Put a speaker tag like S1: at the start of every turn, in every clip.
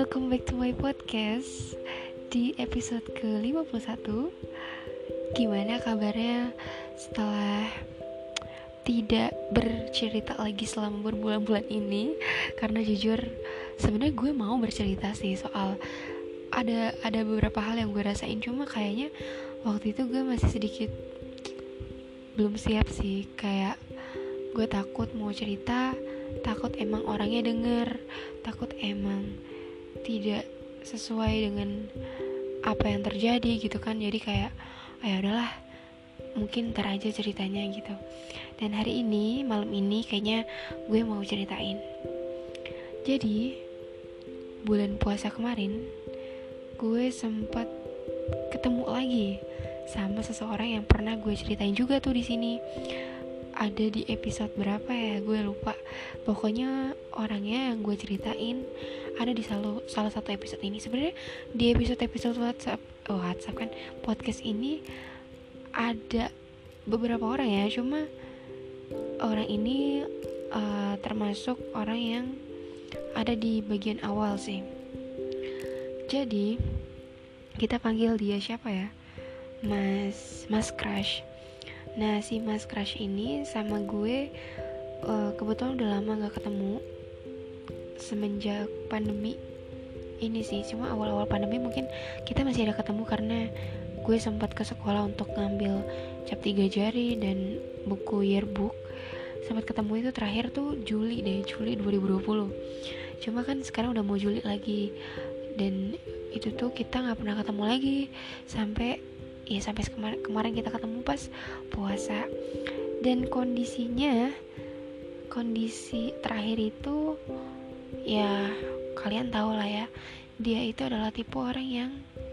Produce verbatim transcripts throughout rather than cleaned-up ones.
S1: welcome back to my podcast. Di episode ke lima puluh satu. Gimana kabarnya setelah tidak bercerita lagi selama berbulan-bulan ini? Karena jujur sebenarnya gue mau bercerita sih soal ada ada beberapa hal yang gue rasain, cuma kayaknya waktu itu gue masih sedikit belum siap sih. Kayak gue takut mau cerita, takut emang orangnya denger, takut emang tidak sesuai dengan apa yang terjadi gitu kan. Jadi kayak ya udahlah, mungkin ntar aja ceritanya gitu. Dan hari ini, malam ini kayaknya gue mau ceritain. Jadi bulan puasa kemarin gue sempat ketemu lagi sama seseorang yang pernah gue ceritain juga tuh di sini. Ada di episode berapa ya, gue lupa. Pokoknya orangnya yang gue ceritain ada di salah, salah satu episode ini. Sebenarnya di episode-episode WhatsApp, oh WhatsApp kan, podcast ini ada beberapa orang ya. Cuma orang ini uh, termasuk orang yang ada di bagian awal sih. Jadi kita panggil dia siapa ya? Mas Mas Crush. Nah, si Mas Crush ini sama gue uh, kebetulan udah lama gak ketemu semenjak pandemi ini sih. Cuma awal-awal pandemi mungkin kita masih ada ketemu karena gue sempat ke sekolah untuk ngambil cap tiga jari dan buku yearbook. Sempat ketemu itu terakhir tuh Juli deh, Juli dua ribu dua puluh. Cuma kan sekarang udah mau Juli lagi, dan itu tuh kita gak pernah ketemu lagi sampai ya sampai kemar- kemarin kita ketemu pas puasa. Dan kondisinya kondisi terakhir itu ya kalian tahu lah ya, dia itu adalah tipe orang yang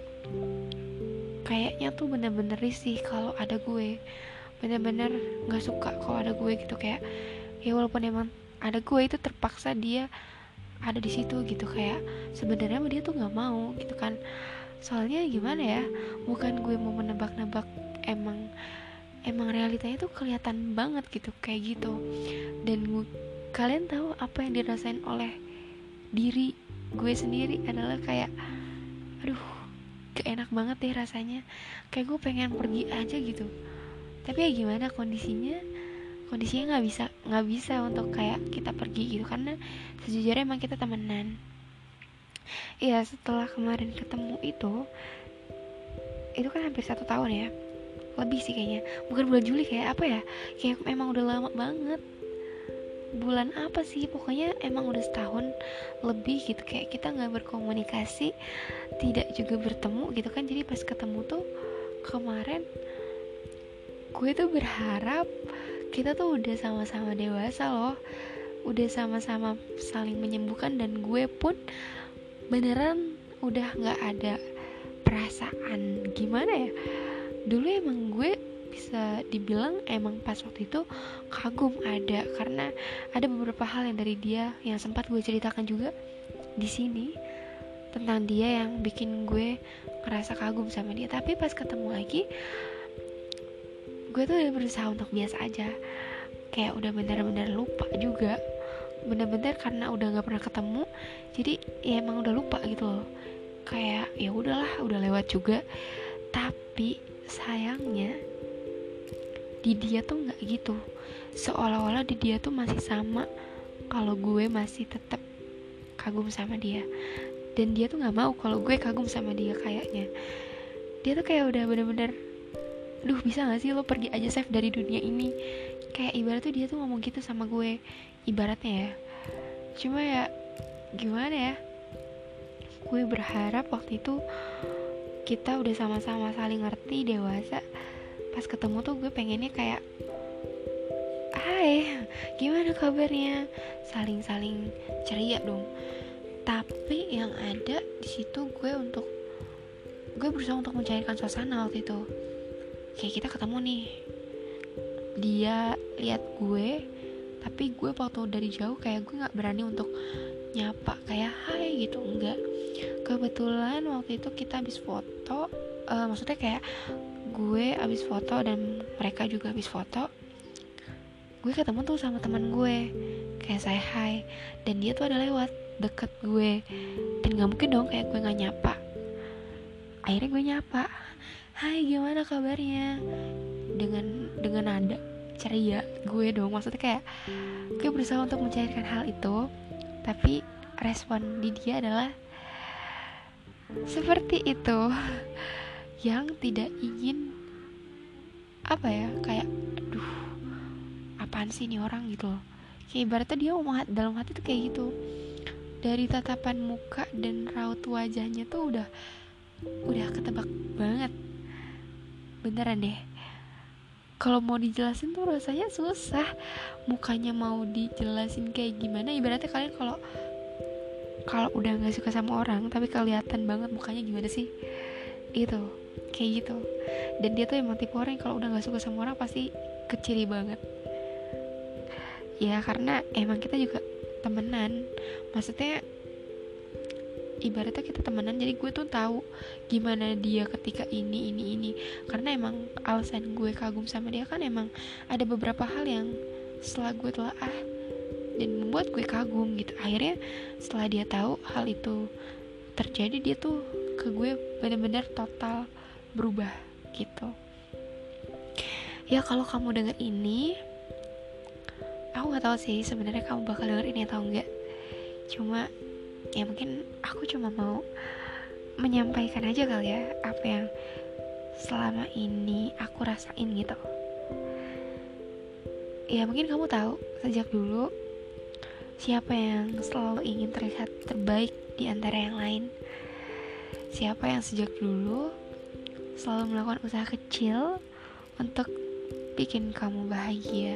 S1: kayaknya tuh bener-bener risih kalau ada gue, bener-bener nggak suka kalau ada gue gitu. Kayak ya walaupun emang ada gue itu terpaksa dia ada di situ gitu. Kayak sebenarnya dia tuh nggak mau gitu kan. Soalnya gimana ya, bukan gue mau menebak-nebak, emang emang realitanya tuh kelihatan banget gitu kayak gitu. Dan gue, kalian tahu apa yang dirasain oleh diri gue sendiri adalah kayak aduh, gak enak banget deh rasanya. Kayak gue pengen pergi aja gitu. Tapi ya gimana, kondisinya kondisinya nggak bisa nggak bisa untuk kayak kita pergi gitu, karena sejujurnya emang kita temenan. Iya, setelah kemarin ketemu itu itu kan hampir satu tahun ya, lebih sih kayaknya. Bukan bulan Juli, kayak apa ya, kayak emang udah lama banget. Bulan apa sih, pokoknya emang udah setahun lebih gitu. Kayak kita gak berkomunikasi, tidak juga bertemu gitu kan. Jadi pas ketemu tuh kemarin, gue tuh berharap kita tuh udah sama-sama dewasa loh, udah sama-sama saling menyembuhkan. Dan gue pun beneran udah gak ada perasaan gimana ya. Dulu emang gue bisa dibilang emang pas waktu itu kagum ada, karena ada beberapa hal yang dari dia yang sempat gue ceritakan juga di sini tentang dia yang bikin gue ngerasa kagum sama dia. Tapi pas ketemu lagi, gue tuh udah berusaha untuk biasa aja, kayak udah benar-benar lupa juga, bener-bener karena udah nggak pernah ketemu. Jadi ya emang udah lupa gitu loh. Kayak ya udahlah, udah lewat juga. Tapi sayangnya di dia tuh nggak gitu. Seolah-olah di dia tuh masih sama kalau gue masih tetap kagum sama dia, dan dia tuh nggak mau kalau gue kagum sama dia. Kayaknya dia tuh kayak udah bener-bener, duh bisa nggak sih lo pergi aja Sef dari dunia ini. Kayak ibarat tuh dia tuh ngomong gitu sama gue, ibaratnya ya. Cuma ya gimana ya, gue berharap waktu itu kita udah sama-sama saling ngerti, dewasa. Pas ketemu tuh gue pengennya kayak hai, gimana kabarnya, saling-saling ceria dong. Tapi yang ada di situ gue untuk gue berusaha untuk mencairkan suasana waktu itu. Kayak kita ketemu nih, dia lihat gue, tapi gue waktu dari jauh kayak gue nggak berani untuk nyapa kayak hai gitu, enggak. Kebetulan waktu itu kita habis foto, uh, maksudnya kayak gue habis foto dan mereka juga habis foto. Gue ketemu tuh sama teman gue, kayak say hi, dan dia tuh ada lewat deket gue, dan nggak mungkin dong kayak gue nggak nyapa. Akhirnya gue nyapa, hai gimana kabarnya, dengan dengan nada ceria gue dong, maksudnya kayak gue berusaha untuk mencairkan hal itu, tapi respon di dia adalah seperti itu, yang tidak ingin apa ya, kayak aduh apaan sih ini orang gitu loh. Kayak ibaratnya dia ngomong dalam hati tuh kayak gitu, dari tatapan muka dan raut wajahnya tuh udah udah ketebak banget, beneran deh. Kalau mau dijelasin tuh rasanya susah, mukanya mau dijelasin kayak gimana. Ibaratnya kalian kalau kalau udah nggak suka sama orang tapi kelihatan banget mukanya gimana sih, itu kayak gitu. Dan dia tuh emang tipe orang yang kalau udah nggak suka sama orang pasti keciri banget ya, karena emang kita juga temenan, maksudnya ibaratnya kita temenan, jadi gue tuh tahu gimana dia ketika ini ini ini karena emang alasan gue kagum sama dia kan emang ada beberapa hal yang setelah gue telaah dan membuat gue kagum gitu. Akhirnya setelah dia tahu hal itu terjadi, dia tuh ke gue benar-benar total berubah gitu ya. Kalau kamu denger ini, aku nggak tahu sih sebenarnya kamu bakal denger ini atau enggak, cuma ya mungkin aku cuma mau menyampaikan aja kali ya apa yang selama ini aku rasain gitu. Ya mungkin kamu tahu sejak dulu siapa yang selalu ingin terlihat terbaik di antara yang lain, siapa yang sejak dulu selalu melakukan usaha kecil untuk bikin kamu bahagia,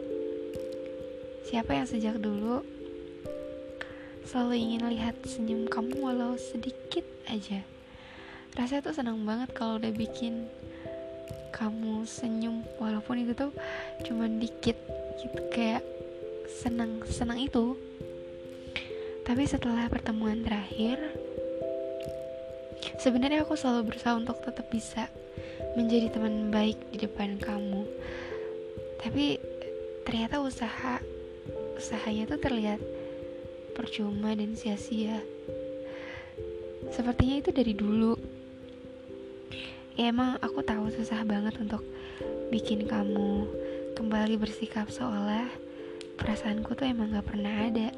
S1: siapa yang sejak dulu selalu ingin lihat senyum kamu walau sedikit aja. Rasanya tuh senang banget kalau udah bikin kamu senyum, walaupun itu tuh cuman dikit gitu, kayak senang-senang itu. Tapi setelah pertemuan terakhir, sebenarnya aku selalu berusaha untuk tetap bisa menjadi teman baik di depan kamu. Tapi ternyata usaha usahanya tuh terlihat percuma dan sia-sia. Sepertinya itu dari dulu. Ya emang aku tahu susah banget untuk bikin kamu kembali bersikap seolah perasaanku tuh emang gak pernah ada.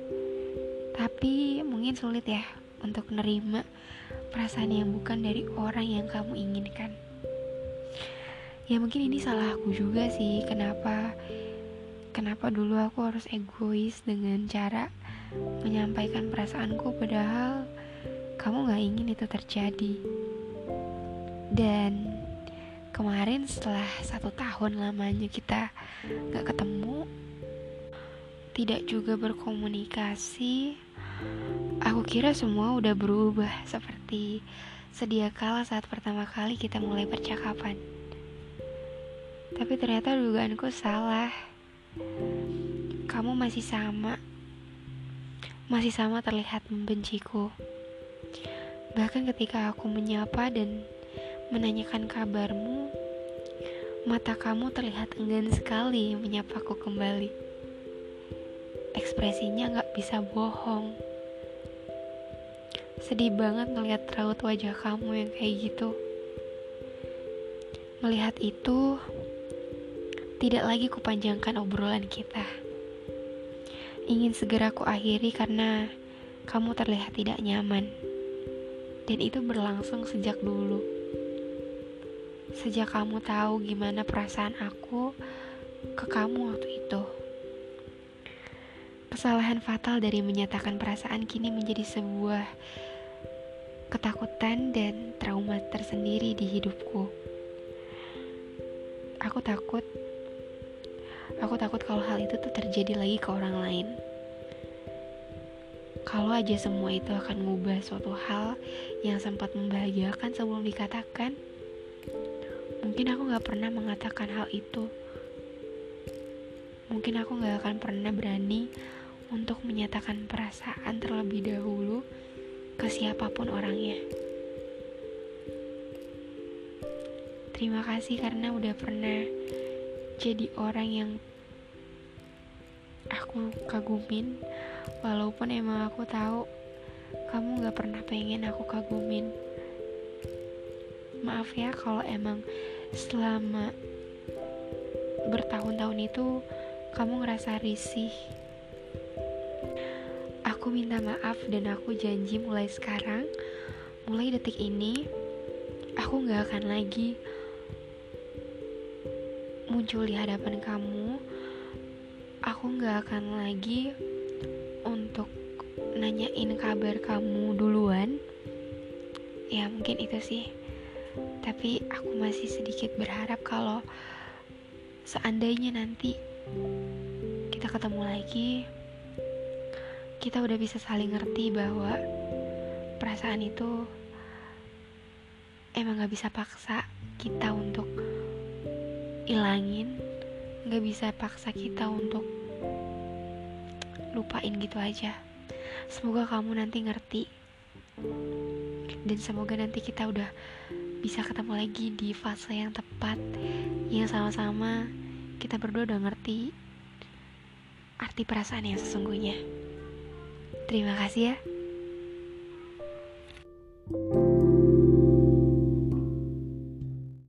S1: Tapi mungkin sulit ya untuk nerima perasaan yang bukan dari orang yang kamu inginkan. Ya mungkin ini salah aku juga sih. Kenapa Kenapa dulu aku harus egois dengan cara menyampaikan perasaanku, padahal kamu gak ingin itu terjadi. Dan kemarin setelah satu tahun lamanya kita gak ketemu, tidak juga berkomunikasi, aku kira semua udah berubah seperti sedia kala saat pertama kali kita mulai percakapan. Tapi ternyata dugaanku salah. Kamu masih sama Masih sama terlihat membenciku. Bahkan ketika aku menyapa dan menanyakan kabarmu, mata kamu terlihat enggan sekali menyapaku kembali. Ekspresinya gak bisa bohong. Sedih banget ngeliat raut wajah kamu yang kayak gitu. Melihat itu, tidak lagi kupanjangkan obrolan kita. Ingin segera ku akhiri karena kamu terlihat tidak nyaman. Dan itu berlangsung sejak dulu. Sejak kamu tahu gimana perasaan aku ke kamu waktu itu. Kesalahan fatal dari menyatakan perasaan kini menjadi sebuah ketakutan dan trauma tersendiri di hidupku. Aku takut Aku takut kalau hal itu tuh terjadi lagi ke orang lain. Kalau aja semua itu akan mengubah suatu hal yang sempat membahagiakan sebelum dikatakan, mungkin aku gak pernah mengatakan hal itu. Mungkin aku gak akan pernah berani untuk menyatakan perasaan terlebih dahulu ke siapapun orangnya. Terima kasih karena udah pernah jadi orang yang aku kagumin, Walaupun emang aku tahu kamu gak pernah pengen aku kagumin. Maaf ya kalau emang selama bertahun-tahun itu kamu ngerasa risih. Aku minta maaf dan aku janji mulai sekarang, mulai detik ini, aku gak akan lagi muncul di hadapan kamu. Aku gak akan lagi untuk nanyain kabar kamu duluan. Ya mungkin itu sih. Tapi aku masih sedikit berharap kalau seandainya nanti kita ketemu lagi, kita udah bisa saling ngerti bahwa perasaan itu emang gak bisa paksa kita untuk ilangin, gak bisa paksa kita untuk lupain gitu aja. Semoga kamu nanti ngerti, dan semoga nanti kita udah bisa ketemu lagi di fase yang tepat, yang sama-sama kita berdua udah ngerti arti perasaan yang sesungguhnya. Terima kasih ya.